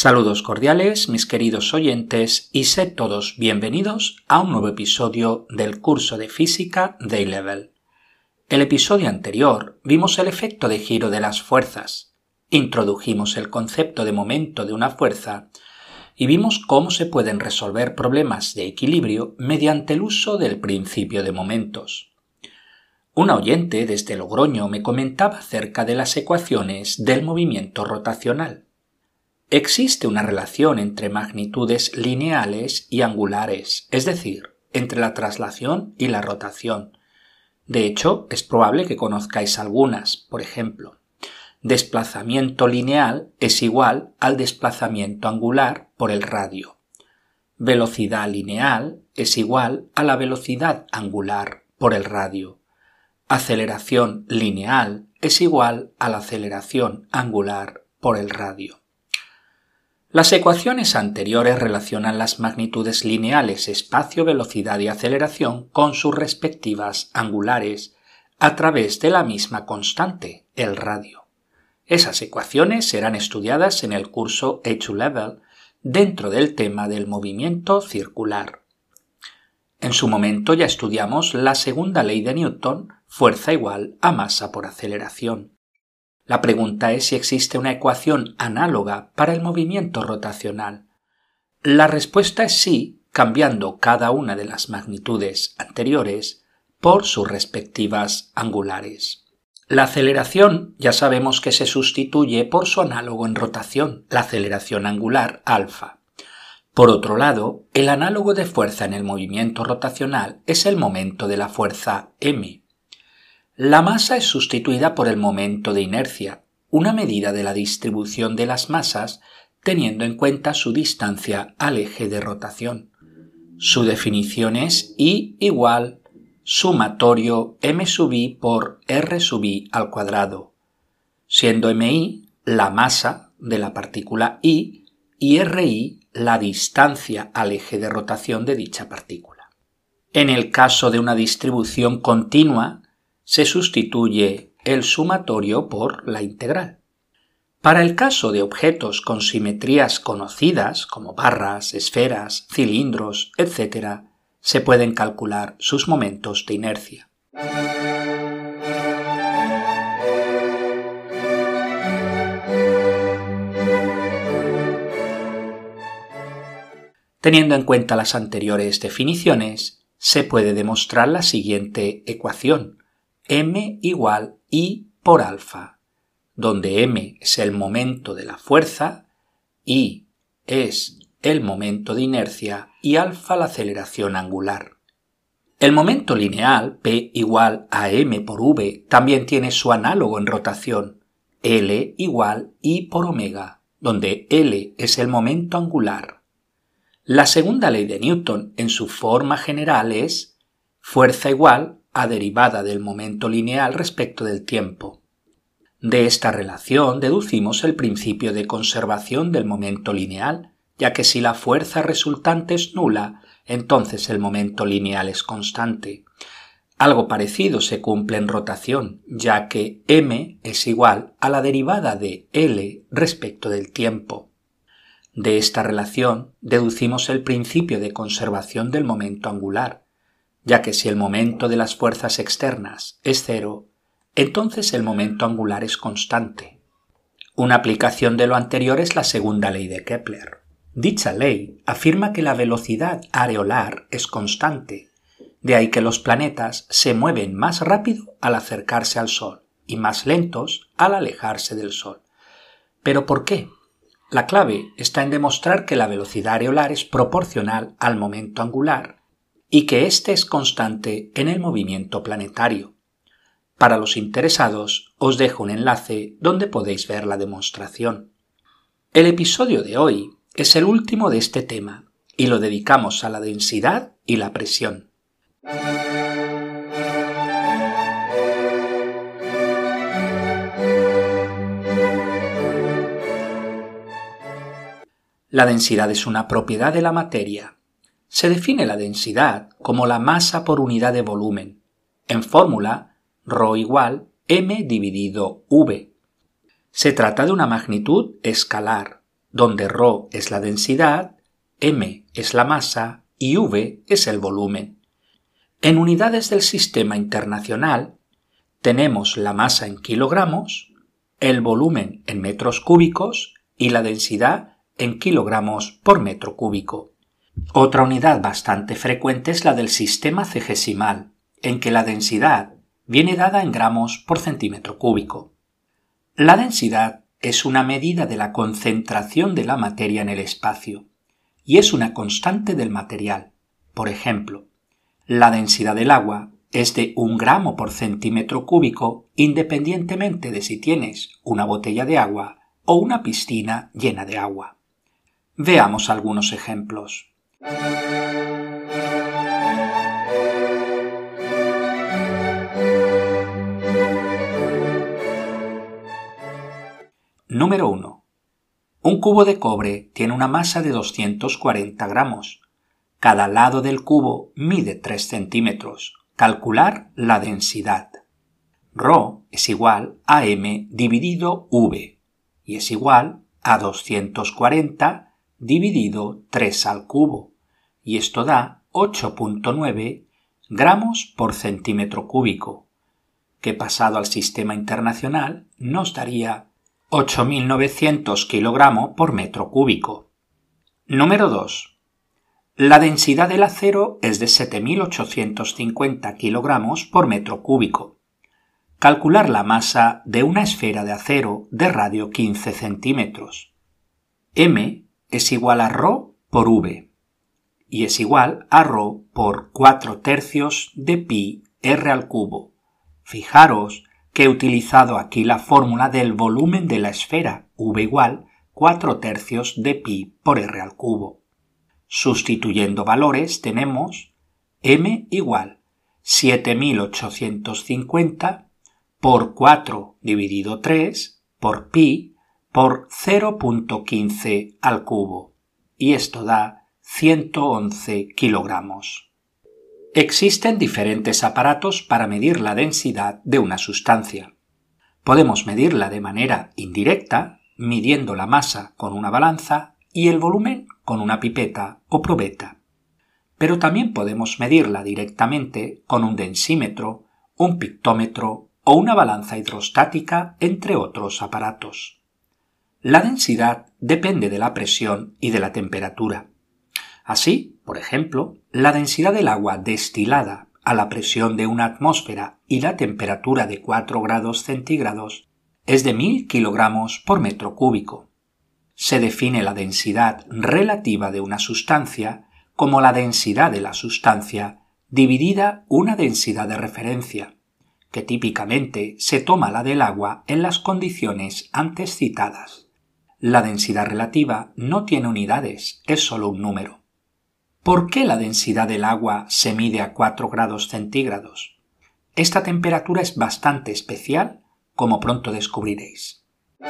Saludos cordiales, mis queridos oyentes, y sed todos bienvenidos a un nuevo episodio del curso de Física de A-Level. El episodio anterior vimos el efecto de giro de las fuerzas, introdujimos el concepto de momento de una fuerza y vimos cómo se pueden resolver problemas de equilibrio mediante el uso del principio de momentos. Una oyente desde Logroño me comentaba acerca de las ecuaciones del movimiento rotacional. Existe una relación entre magnitudes lineales y angulares, es decir, entre la traslación y la rotación. De hecho, es probable que conozcáis algunas. Por ejemplo, desplazamiento lineal es igual al desplazamiento angular por el radio. Velocidad lineal es igual a la velocidad angular por el radio. Aceleración lineal es igual a la aceleración angular por el radio. Las ecuaciones anteriores relacionan las magnitudes lineales espacio, velocidad y aceleración con sus respectivas angulares a través de la misma constante, el radio. Esas ecuaciones serán estudiadas en el curso A-Level dentro del tema del movimiento circular. En su momento ya estudiamos la segunda ley de Newton, fuerza igual a masa por aceleración. La pregunta es si existe una ecuación análoga para el movimiento rotacional. La respuesta es sí, cambiando cada una de las magnitudes anteriores por sus respectivas angulares. La aceleración ya sabemos que se sustituye por su análogo en rotación, la aceleración angular alfa. Por otro lado, el análogo de fuerza en el movimiento rotacional es el momento de la fuerza m. La masa es sustituida por el momento de inercia, una medida de la distribución de las masas teniendo en cuenta su distancia al eje de rotación. Su definición es I igual sumatorio m sub i por r sub i al cuadrado, siendo mi la masa de la partícula i y ri la distancia al eje de rotación de dicha partícula. En el caso de una distribución continua, se sustituye el sumatorio por la integral. Para el caso de objetos con simetrías conocidas, como barras, esferas, cilindros, etc., se pueden calcular sus momentos de inercia. Teniendo en cuenta las anteriores definiciones, se puede demostrar la siguiente ecuación: m igual I por alfa, donde m es el momento de la fuerza, I es el momento de inercia y alfa la aceleración angular. El momento lineal, P igual a m por v, también tiene su análogo en rotación, L igual I por omega, donde L es el momento angular. La segunda ley de Newton en su forma general es fuerza igual a derivada del momento lineal respecto del tiempo. De esta relación deducimos el principio de conservación del momento lineal, ya que si la fuerza resultante es nula, entonces el momento lineal es constante. Algo parecido se cumple en rotación, ya que m es igual a la derivada de L respecto del tiempo. De esta relación deducimos el principio de conservación del momento angular, ya que si el momento de las fuerzas externas es cero, entonces el momento angular es constante. Una aplicación de lo anterior es la segunda ley de Kepler. Dicha ley afirma que la velocidad areolar es constante, de ahí que los planetas se mueven más rápido al acercarse al Sol y más lentos al alejarse del Sol. ¿Pero por qué? La clave está en demostrar que la velocidad areolar es proporcional al momento angular y que éste es constante en el movimiento planetario. Para los interesados, os dejo un enlace donde podéis ver la demostración. El episodio de hoy es el último de este tema y lo dedicamos a la densidad y la presión. La densidad es una propiedad de la materia. Se define la densidad como la masa por unidad de volumen. En fórmula, ρ igual m dividido v. Se trata de una magnitud escalar, donde ρ es la densidad, m es la masa y v es el volumen. En unidades del sistema internacional tenemos la masa en kilogramos, el volumen en metros cúbicos y la densidad en kilogramos por metro cúbico. Otra unidad bastante frecuente es la del sistema cegesimal, en que la densidad viene dada en gramos por centímetro cúbico. La densidad es una medida de la concentración de la materia en el espacio y es una constante del material. Por ejemplo, la densidad del agua es de 1 gramo por centímetro cúbico independientemente de si tienes una botella de agua o una piscina llena de agua. Veamos algunos ejemplos. Número 1. Un cubo de cobre tiene una masa de 240 gramos. Cada lado del cubo mide 3 centímetros. Calcular la densidad. Ρ es igual a m dividido v y es igual a 240 dividido 3 al cubo, y esto da 8.9 gramos por centímetro cúbico, que pasado al sistema internacional nos daría 8.900 kilogramos por metro cúbico. Número 2. La densidad del acero es de 7.850 kilogramos por metro cúbico. Calcular la masa de una esfera de acero de radio 15 centímetros. M es igual a ρ por V y es igual a ρ por 4/3 de pi r al cubo. Fijaros que he utilizado aquí la fórmula del volumen de la esfera, V igual 4/3 de pi por r al cubo. Sustituyendo valores tenemos m igual 7.850 por 4 dividido 3 por pi por 0.15 al cubo, y esto da 111 kilogramos. Existen diferentes aparatos para medir la densidad de una sustancia. Podemos medirla de manera indirecta, midiendo la masa con una balanza y el volumen con una pipeta o probeta. Pero también podemos medirla directamente con un densímetro, un pictómetro o una balanza hidrostática, entre otros aparatos. La densidad depende de la presión y de la temperatura. Así, por ejemplo, la densidad del agua destilada a la presión de una atmósfera y la temperatura de 4 grados centígrados es de 1.000 kilogramos por metro cúbico. Se define la densidad relativa de una sustancia como la densidad de la sustancia dividida una densidad de referencia, que típicamente se toma la del agua en las condiciones antes citadas. La densidad relativa no tiene unidades, es solo un número. ¿Por qué la densidad del agua se mide a 4 grados centígrados? Esta temperatura es bastante especial, como pronto descubriréis.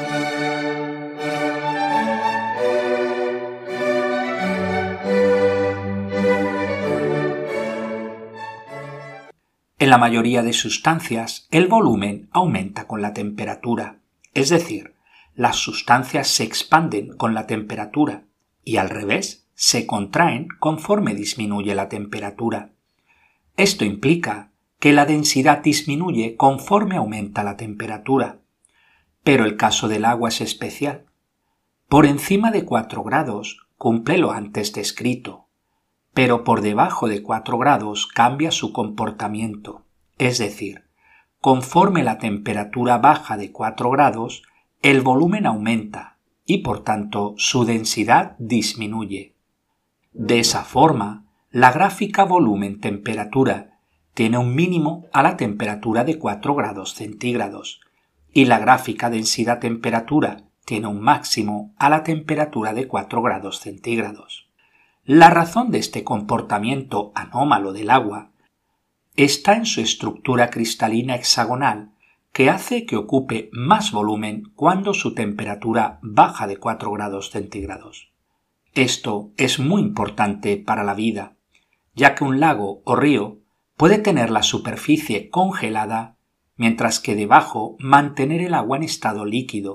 En la mayoría de sustancias, el volumen aumenta con la temperatura, es decir, las sustancias se expanden con la temperatura y al revés, se contraen conforme disminuye la temperatura. Esto implica que la densidad disminuye conforme aumenta la temperatura, pero el caso del agua es especial. Por encima de 4 grados cumple lo antes descrito, pero por debajo de 4 grados cambia su comportamiento, es decir, conforme la temperatura baja de 4 grados, el volumen aumenta y por tanto su densidad disminuye. De esa forma, la gráfica volumen-temperatura tiene un mínimo a la temperatura de 4 grados centígrados y la gráfica densidad-temperatura tiene un máximo a la temperatura de 4 grados centígrados. La razón de este comportamiento anómalo del agua está en su estructura cristalina hexagonal, que hace que ocupe más volumen cuando su temperatura baja de 4 grados centígrados. Esto es muy importante para la vida, ya que un lago o río puede tener la superficie congelada, mientras que debajo mantener el agua en estado líquido,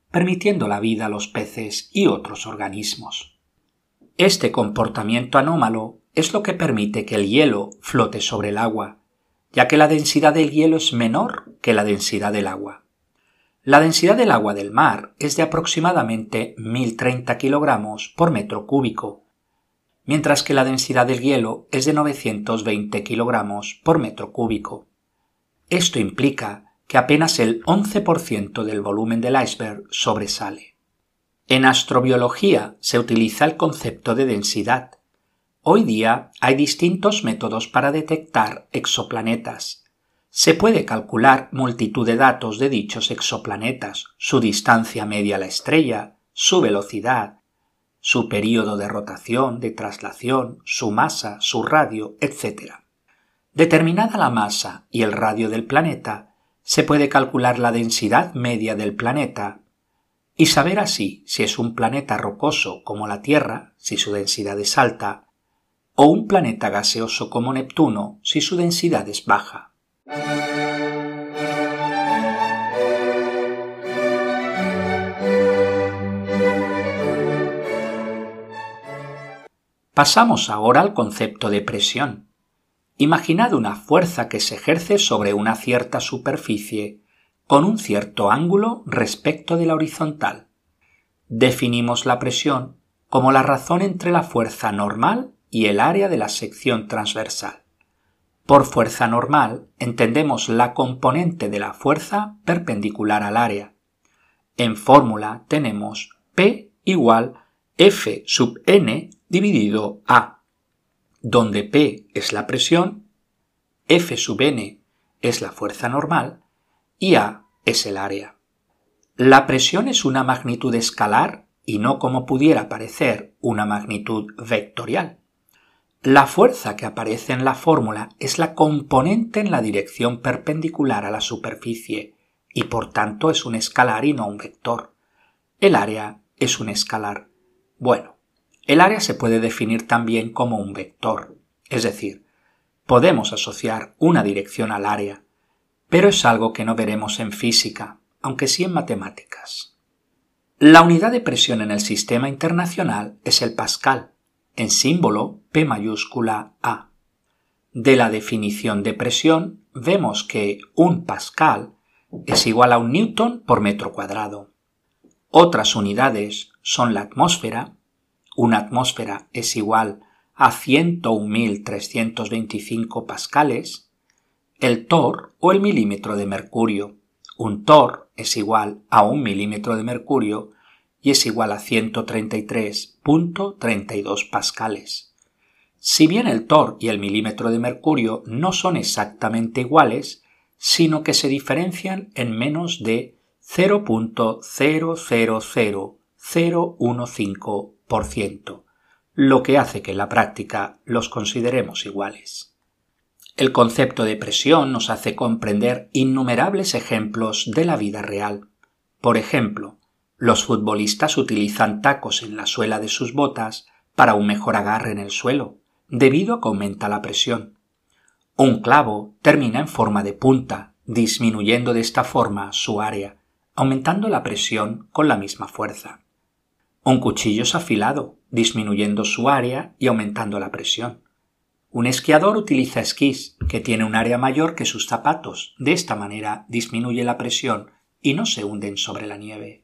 permitiendo la vida a los peces y otros organismos. Este comportamiento anómalo es lo que permite que el hielo flote sobre el agua, ya que la densidad del hielo es menor que la densidad del agua. La densidad del agua del mar es de aproximadamente 1030 kilogramos por metro cúbico, mientras que la densidad del hielo es de 920 kilogramos por metro cúbico. Esto implica que apenas el 11% del volumen del iceberg sobresale. En astrobiología se utiliza el concepto de densidad. Hoy día hay distintos métodos para detectar exoplanetas. Se puede calcular multitud de datos de dichos exoplanetas, su distancia media a la estrella, su velocidad, su período de rotación, de traslación, su masa, su radio, etc. Determinada la masa y el radio del planeta, se puede calcular la densidad media del planeta y saber así si es un planeta rocoso como la Tierra, si su densidad es alta, o un planeta gaseoso como Neptuno, si su densidad es baja. Pasamos ahora al concepto de presión. Imaginad una fuerza que se ejerce sobre una cierta superficie con un cierto ángulo respecto de la horizontal. Definimos la presión como la razón entre la fuerza normal y el área de la sección transversal. Por fuerza normal entendemos la componente de la fuerza perpendicular al área. En fórmula tenemos P igual F sub n dividido A, donde P es la presión, F sub n es la fuerza normal y A es el área. La presión es una magnitud escalar y no, como pudiera parecer, una magnitud vectorial. La fuerza que aparece en la fórmula es la componente en la dirección perpendicular a la superficie y por tanto es un escalar y no un vector. El área es un escalar. Bueno, el área se puede definir también como un vector, es decir, podemos asociar una dirección al área, pero es algo que no veremos en física, aunque sí en matemáticas. La unidad de presión en el sistema internacional es el pascal, en símbolo P mayúscula A. De la definición de presión vemos que un pascal es igual a un newton por metro cuadrado. Otras unidades son la atmósfera. Una atmósfera es igual a 101.325 pascales. El torr o el milímetro de mercurio. Un torr es igual a 1 milímetro de mercurio y es igual a 133.32 pascales. Si bien el torr y el milímetro de mercurio no son exactamente iguales, sino que se diferencian en menos de 0.000015%, lo que hace que en la práctica los consideremos iguales. El concepto de presión nos hace comprender innumerables ejemplos de la vida real. Por ejemplo, los futbolistas utilizan tacos en la suela de sus botas para un mejor agarre en el suelo, debido a que aumenta la presión. Un clavo termina en forma de punta, disminuyendo de esta forma su área, aumentando la presión con la misma fuerza. Un cuchillo es afilado, disminuyendo su área y aumentando la presión. Un esquiador utiliza esquís, que tiene un área mayor que sus zapatos. De esta manera disminuye la presión y no se hunden sobre la nieve.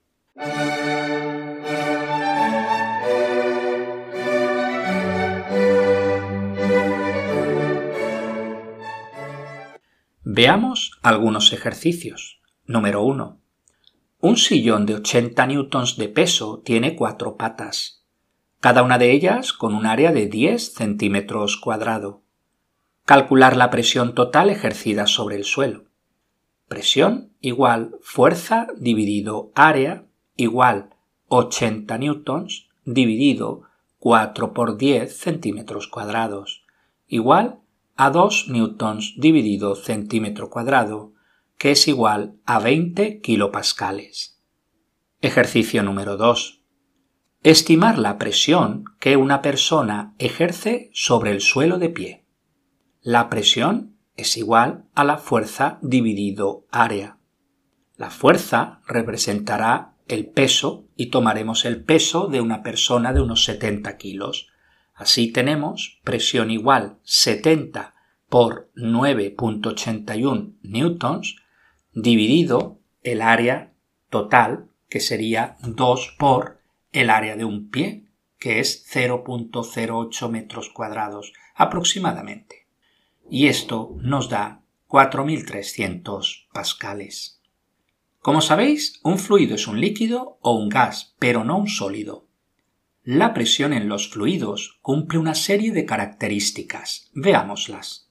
Veamos algunos ejercicios. Número 1. Un sillón de 80 newtons de peso tiene 4 patas, cada una de ellas con un área de 10 centímetros cuadrados. Calcular la presión total ejercida sobre el suelo. Presión igual fuerza dividido área igual 80 newtons dividido 4 por 10 centímetros cuadrados igual a 2 newtons dividido centímetro cuadrado, que es igual a 20 kilopascales. Ejercicio número 2. Estimar la presión que una persona ejerce sobre el suelo de pie. La presión es igual a la fuerza dividido área. La fuerza representará el peso y tomaremos el peso de una persona de unos 70 kilos. Así tenemos presión igual 70 por 9,81 newtons dividido el área total, que sería 2 por el área de un pie, que es 0,08 metros cuadrados aproximadamente. Y esto nos da 4.300 pascales. Como sabéis, un fluido es un líquido o un gas, pero no un sólido. La presión en los fluidos cumple una serie de características. Veámoslas.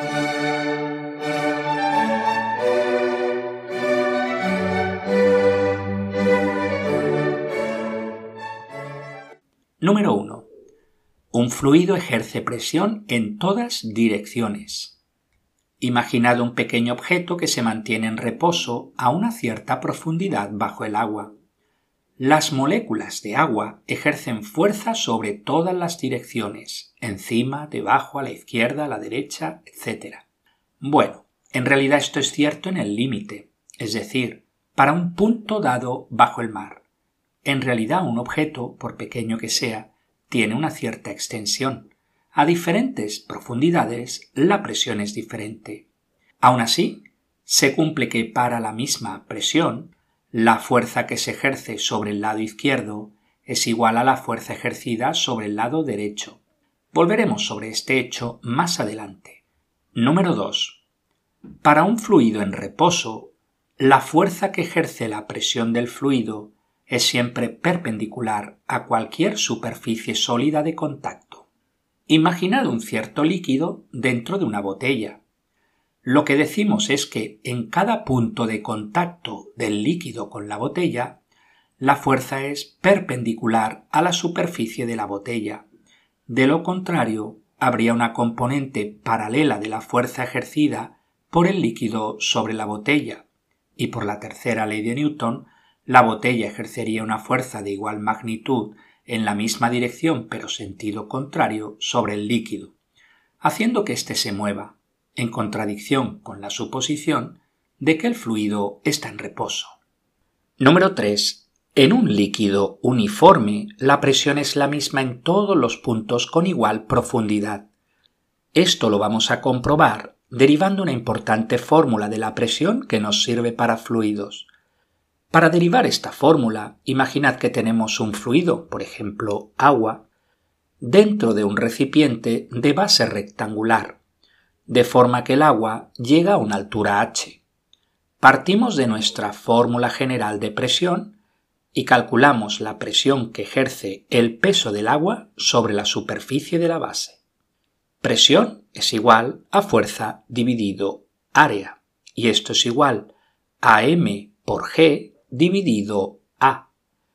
Número 1. Un fluido ejerce presión en todas direcciones. Imaginad un pequeño objeto que se mantiene en reposo a una cierta profundidad bajo el agua. Las moléculas de agua ejercen fuerza sobre todas las direcciones, encima, debajo, a la izquierda, a la derecha, etc. Bueno, en realidad esto es cierto en el límite, es decir, para un punto dado bajo el mar. En realidad un objeto, por pequeño que sea, tiene una cierta extensión. A diferentes profundidades la presión es diferente. Aún así, se cumple que para la misma presión, la fuerza que se ejerce sobre el lado izquierdo es igual a la fuerza ejercida sobre el lado derecho. Volveremos sobre este hecho más adelante. Número 2. Para un fluido en reposo, la fuerza que ejerce la presión del fluido es siempre perpendicular a cualquier superficie sólida de contacto. Imaginad un cierto líquido dentro de una botella. Lo que decimos es que en cada punto de contacto del líquido con la botella, la fuerza es perpendicular a la superficie de la botella. De lo contrario, habría una componente paralela de la fuerza ejercida por el líquido sobre la botella, y por la tercera ley de Newton, la botella ejercería una fuerza de igual magnitud en la misma dirección pero sentido contrario sobre el líquido, haciendo que éste se mueva, en contradicción con la suposición de que el fluido está en reposo. Número 3. En un líquido uniforme, la presión es la misma en todos los puntos con igual profundidad. Esto lo vamos a comprobar derivando una importante fórmula de la presión que nos sirve para fluidos. Para derivar esta fórmula, imaginad que tenemos un fluido, por ejemplo, agua, dentro de un recipiente de base rectangular, de forma que el agua llega a una altura h. Partimos de nuestra fórmula general de presión y calculamos la presión que ejerce el peso del agua sobre la superficie de la base. Presión es igual a fuerza dividido área, y esto es igual a m por g dividido a,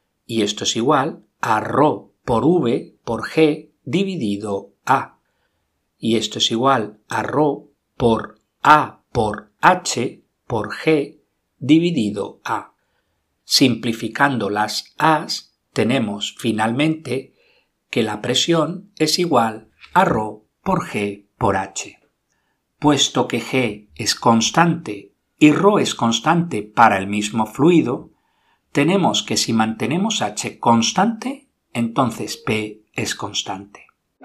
y esto es igual a ρ por v por g dividido a, y esto es igual a ρ por a por h por g dividido a. Simplificando las a's, tenemos finalmente que la presión es igual a ρ por g por h. Puesto que g es constante y ρ es constante para el mismo fluido, tenemos que si mantenemos h constante, entonces P es constante.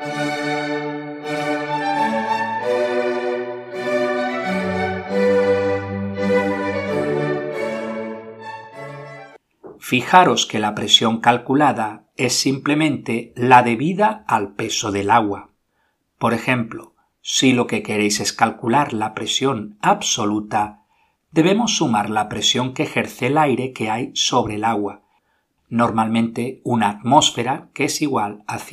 Fijaros que la presión calculada es simplemente la debida al peso del agua. Por ejemplo, si lo que queréis es calcular la presión absoluta, debemos sumar la presión que ejerce el aire que hay sobre el agua, normalmente una atmósfera que es igual a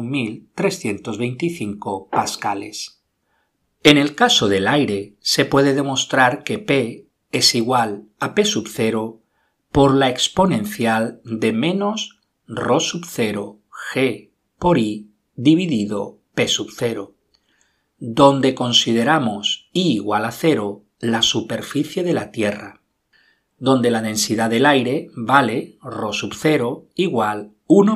101.325 pascales. En el caso del aire, se puede demostrar que P es igual a P sub 0 por la exponencial de menos ρ sub 0 G por I dividido P sub 0, donde consideramos I igual a 0 la superficie de la Tierra, donde la densidad del aire vale ρ sub 0 igual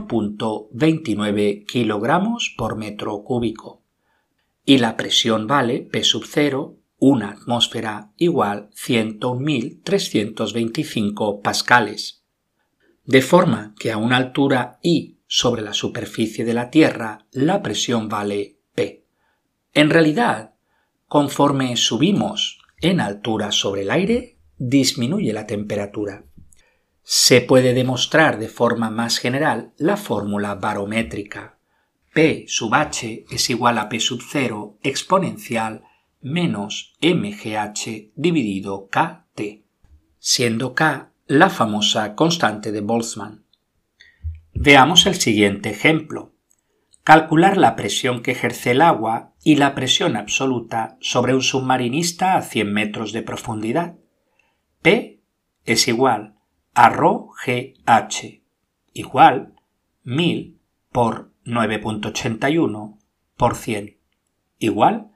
1,29 kilogramos por metro cúbico, y la presión vale P sub 0, una atmósfera igual 101.325 pascales. de forma que a una altura I sobre la superficie de la Tierra la presión vale P. En realidad, conforme subimos en altura sobre el aire, disminuye la temperatura. Se puede demostrar de forma más general la fórmula barométrica. P sub h es igual a P sub 0 exponencial menos mgh dividido kT, siendo K la famosa constante de Boltzmann. Veamos el siguiente ejemplo. Calcular la presión que ejerce el agua y la presión absoluta sobre un submarinista a 100 metros de profundidad. P es igual a ρgh, igual 1000 por 9.81 por 100, igual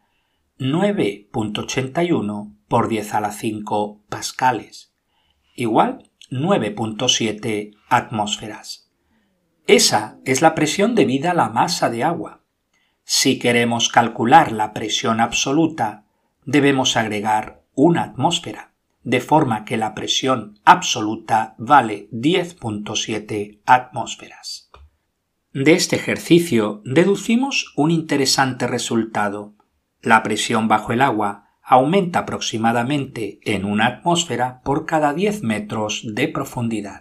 9.81 por 10 a la 5 pascales, igual 9.7 atmósferas. Esa es la presión debida a la masa de agua. Si queremos calcular la presión absoluta, debemos agregar una atmósfera, de forma que la presión absoluta vale 10.7 atmósferas. De este ejercicio deducimos un interesante resultado. La presión bajo el agua aumenta aproximadamente en una atmósfera por cada 10 metros de profundidad.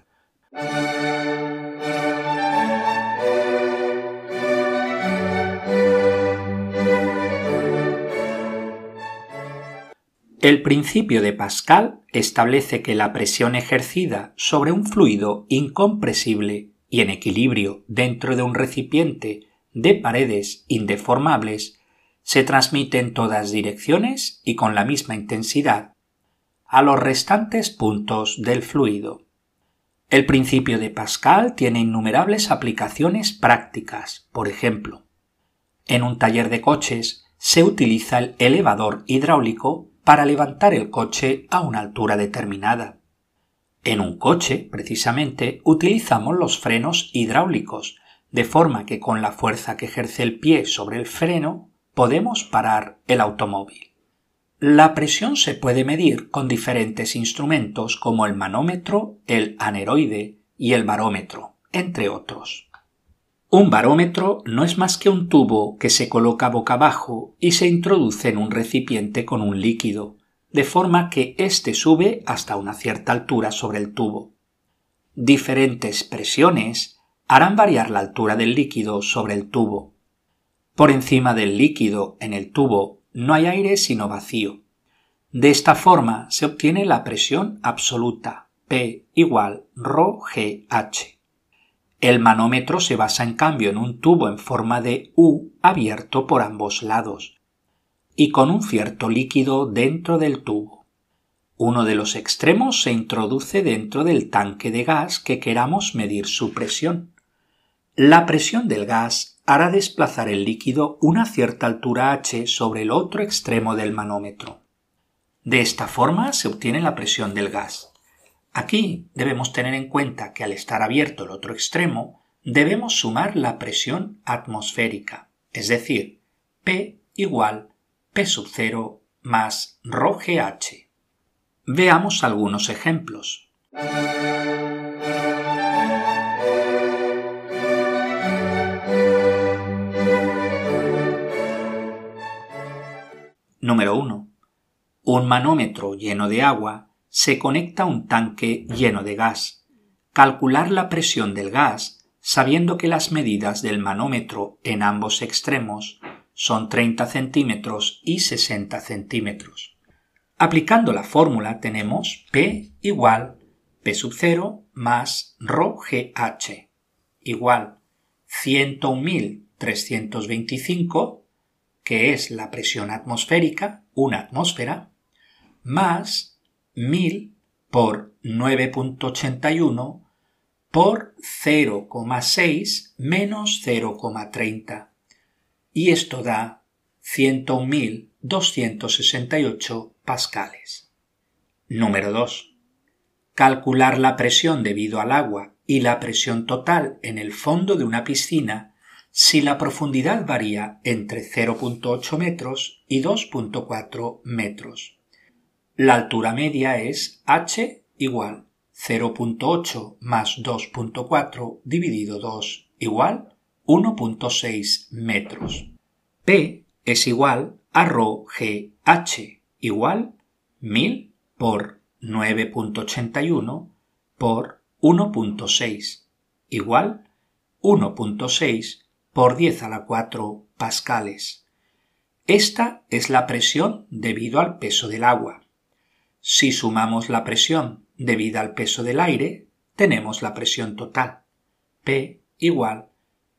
El principio de Pascal establece que la presión ejercida sobre un fluido incompresible y en equilibrio dentro de un recipiente de paredes indeformables se transmite en todas direcciones y con la misma intensidad a los restantes puntos del fluido. El principio de Pascal tiene innumerables aplicaciones prácticas. Por ejemplo, en un taller de coches se utiliza el elevador hidráulico para levantar el coche a una altura determinada. En un coche, precisamente, utilizamos los frenos hidráulicos, de forma que con la fuerza que ejerce el pie sobre el freno podemos parar el automóvil. La presión se puede medir con diferentes instrumentos como el manómetro, el aneroide y el barómetro, entre otros. Un barómetro no es más que un tubo que se coloca boca abajo y se introduce en un recipiente con un líquido, de forma que éste sube hasta una cierta altura sobre el tubo. Diferentes presiones harán variar la altura del líquido sobre el tubo. Por encima del líquido en el tubo no hay aire sino vacío. De esta forma se obtiene la presión absoluta, P igual ρgh. El manómetro se basa en cambio en un tubo en forma de U abierto por ambos lados y con un cierto líquido dentro del tubo. Uno de los extremos se introduce dentro del tanque de gas que queramos medir su presión. La presión del gas hará desplazar el líquido una cierta altura h sobre el otro extremo del manómetro. De esta forma se obtiene la presión del gas. Aquí debemos tener en cuenta que al estar abierto el otro extremo, debemos sumar la presión atmosférica, es decir, P igual P sub 0 más ρgh. Veamos algunos ejemplos. Número 1. Un manómetro lleno de agua se conecta a un tanque lleno de gas. Calcular la presión del gas, sabiendo que las medidas del manómetro en ambos extremos son 30 centímetros y 60 centímetros. Aplicando la fórmula tenemos P igual P sub 0 más ρgh igual 101.325, que es la presión atmosférica, una atmósfera, más 1000 por 9.81 por 0,6 menos 0,30. Y esto da 101.268 pascales. Número 2. Calcular la presión debido al agua y la presión total en el fondo de una piscina si la profundidad varía entre 0.8 metros y 2.4 metros. La altura media es h igual 0.8 más 2.4 dividido 2 igual 1.6 metros. P es igual a ρgh igual 1000 por 9.81 por 1.6 igual 1.6 por 10 a la 4 pascales. Esta es la presión debido al peso del agua. Si sumamos la presión debida al peso del aire, tenemos la presión total. P igual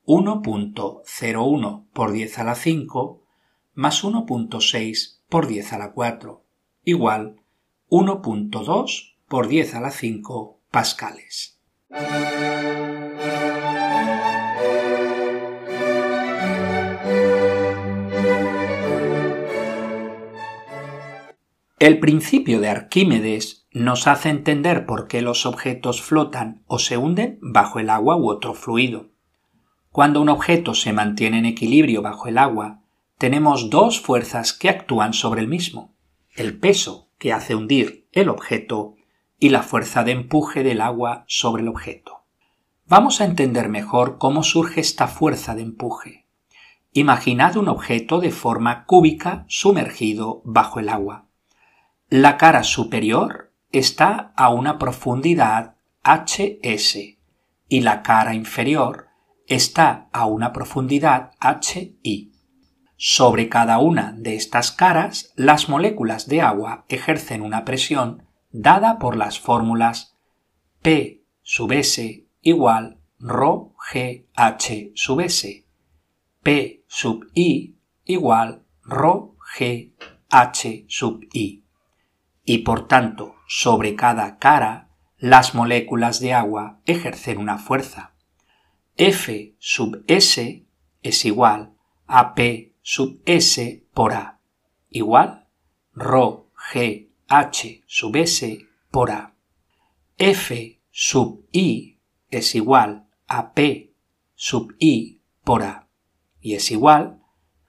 1.01 por 10 a la 5 más 1.6 por 10 a la 4 igual 1.2 por 10 a la 5 pascales. El principio de Arquímedes nos hace entender por qué los objetos flotan o se hunden bajo el agua u otro fluido. Cuando un objeto se mantiene en equilibrio bajo el agua, tenemos dos fuerzas que actúan sobre el mismo: el peso que hace hundir el objeto y la fuerza de empuje del agua sobre el objeto. Vamos a entender mejor cómo surge esta fuerza de empuje. Imaginad un objeto de forma cúbica sumergido bajo el agua. La cara superior está a una profundidad hs y la cara inferior está a una profundidad hi. Sobre cada una de estas caras, las moléculas de agua ejercen una presión dada por las fórmulas P sub S igual ρgh sub S, P sub I igual ρgh sub I. Y por tanto, sobre cada cara, las moléculas de agua ejercen una fuerza. F sub S es igual a P sub S por A, igual ρgh sub S por A. F sub I es igual a P sub I por A, y es igual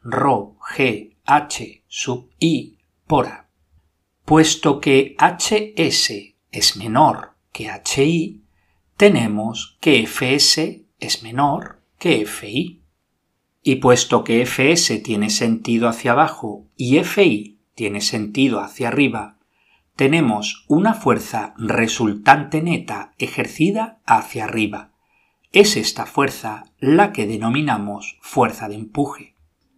ρgh sub I por A. Puesto que hs es menor que hi, tenemos que fs es menor que fi. Y puesto que fs tiene sentido hacia abajo y fi tiene sentido hacia arriba, tenemos una fuerza resultante neta ejercida hacia arriba. Es esta fuerza la que denominamos fuerza de empuje.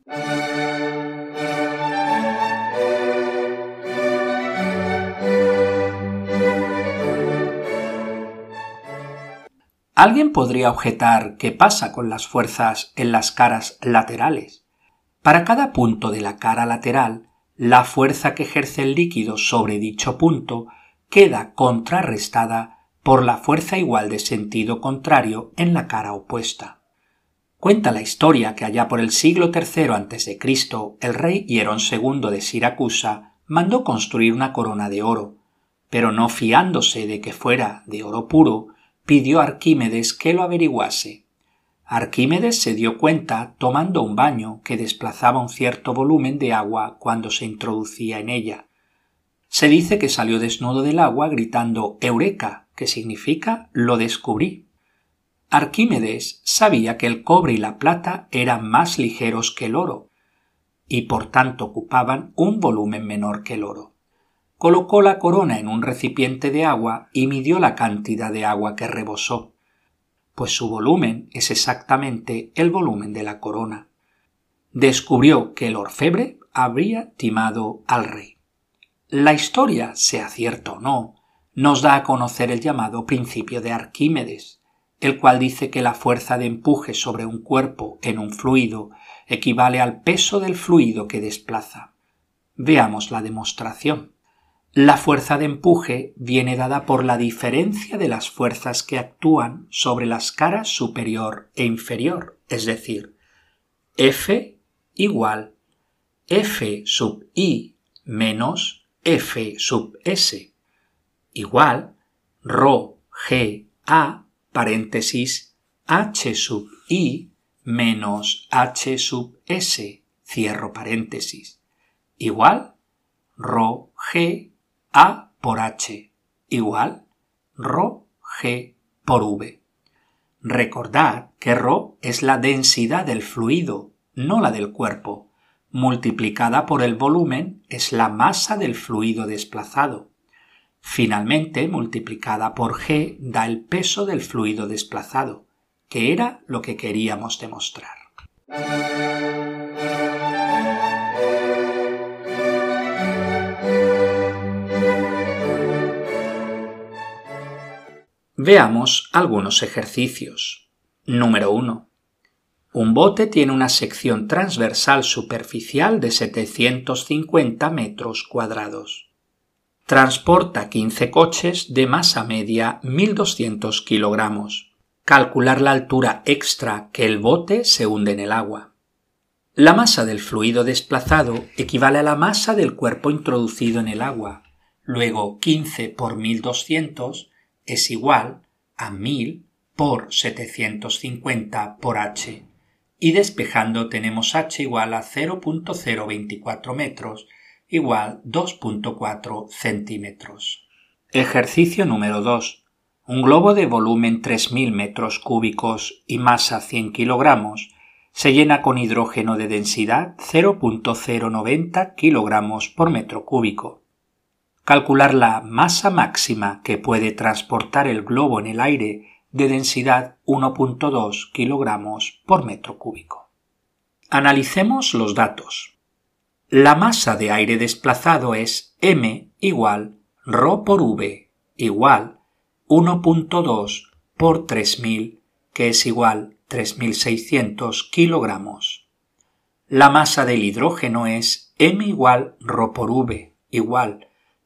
Alguien podría objetar qué pasa con las fuerzas en las caras laterales. Para cada punto de la cara lateral, la fuerza que ejerce el líquido sobre dicho punto queda contrarrestada por la fuerza igual de sentido contrario en la cara opuesta. Cuenta la historia que allá por el siglo III a.C., el rey Hierón II de Siracusa mandó construir una corona de oro, pero no fiándose de que fuera de oro puro, pidió a Arquímedes que lo averiguase. Arquímedes se dio cuenta tomando un baño que desplazaba un cierto volumen de agua cuando se introducía en ella. Se dice que salió desnudo del agua gritando «Eureka», que significa «lo descubrí». Arquímedes sabía que el cobre y la plata eran más ligeros que el oro y por tanto ocupaban un volumen menor que el oro. Colocó la corona en un recipiente de agua y midió la cantidad de agua que rebosó, pues su volumen es exactamente el volumen de la corona. Descubrió que el orfebre habría timado al rey. La historia, sea cierta o no, nos da a conocer el llamado principio de Arquímedes, el cual dice que la fuerza de empuje sobre un cuerpo en un fluido equivale al peso del fluido que desplaza. Veamos la demostración. La fuerza de empuje viene dada por la diferencia de las fuerzas que actúan sobre las caras superior e inferior, es decir, F igual F sub I menos F sub S, igual ρgA paréntesis H sub I menos H sub S, cierro paréntesis, igual ρgA por H, igual ρg por v. Recordad que ρ es la densidad del fluido, no la del cuerpo, multiplicada por el volumen es la masa del fluido desplazado. Finalmente, multiplicada por g da el peso del fluido desplazado, que era lo que queríamos demostrar. Veamos algunos ejercicios. Número 1. Un bote tiene una sección transversal superficial de 750 metros cuadrados. Transporta 15 coches de masa media 1.200 kilogramos. Calcular la altura extra que el bote se hunde en el agua. La masa del fluido desplazado equivale a la masa del cuerpo introducido en el agua. Luego 15 por 1.200 es igual a 1.000 por 750 por h. Y despejando tenemos h igual a 0.024 metros, igual 2.4 centímetros. Ejercicio número 2. Un globo de volumen 3.000 metros cúbicos y masa 100 kilogramos se llena con hidrógeno de densidad 0.090 kilogramos por metro cúbico. Calcular la masa máxima que puede transportar el globo en el aire de densidad 1.2 kilogramos por metro cúbico. Analicemos los datos. La masa de aire desplazado es m igual ρ por v igual 1.2 por 3.000, que es igual 3.600 kilogramos. La masa del hidrógeno es m igual ρ por v igual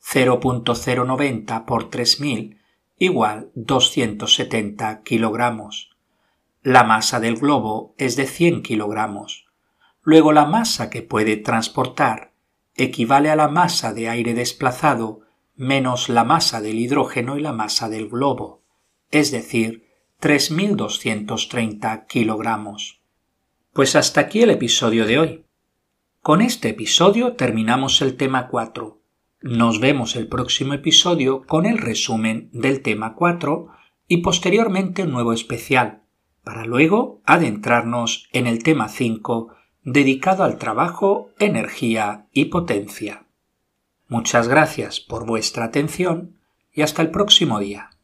0.090 por 3.000, igual 270 kilogramos. La masa del globo es de 100 kilogramos. Luego la masa que puede transportar equivale a la masa de aire desplazado menos la masa del hidrógeno y la masa del globo, es decir, 3.230 kilogramos. Pues hasta aquí el episodio de hoy. Con este episodio terminamos el tema 4. Nos vemos el próximo episodio con el resumen del tema 4 y posteriormente un nuevo especial, para luego adentrarnos en el tema 5 dedicado al trabajo, energía y potencia. Muchas gracias por vuestra atención y hasta el próximo día.